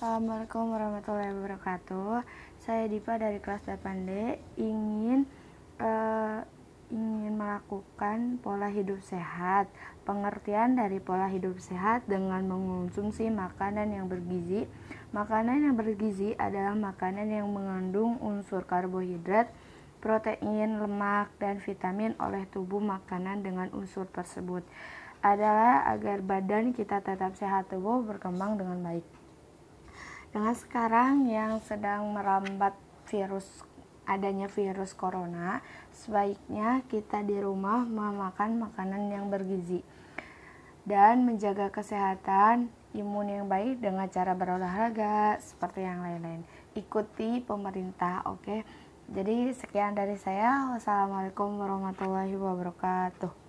Assalamualaikum warahmatullahi wabarakatuh. Saya Dipa dari kelas 8D ingin melakukan pola hidup sehat. Pengertian dari pola hidup sehat dengan mengonsumsi makanan yang bergizi. Makanan yang bergizi adalah makanan yang mengandung unsur karbohidrat, protein, lemak, dan vitamin oleh tubuh. Makanan dengan unsur tersebut adalah agar badan kita tetap sehat, tubuh berkembang dengan baik. Dengan sekarang yang sedang merambat adanya virus corona, sebaiknya kita di rumah memakan makanan yang bergizi dan menjaga kesehatan imun yang baik dengan cara berolahraga seperti yang lain-lain. Ikuti pemerintah, oke? Jadi sekian dari saya. Wassalamualaikum warahmatullahi wabarakatuh.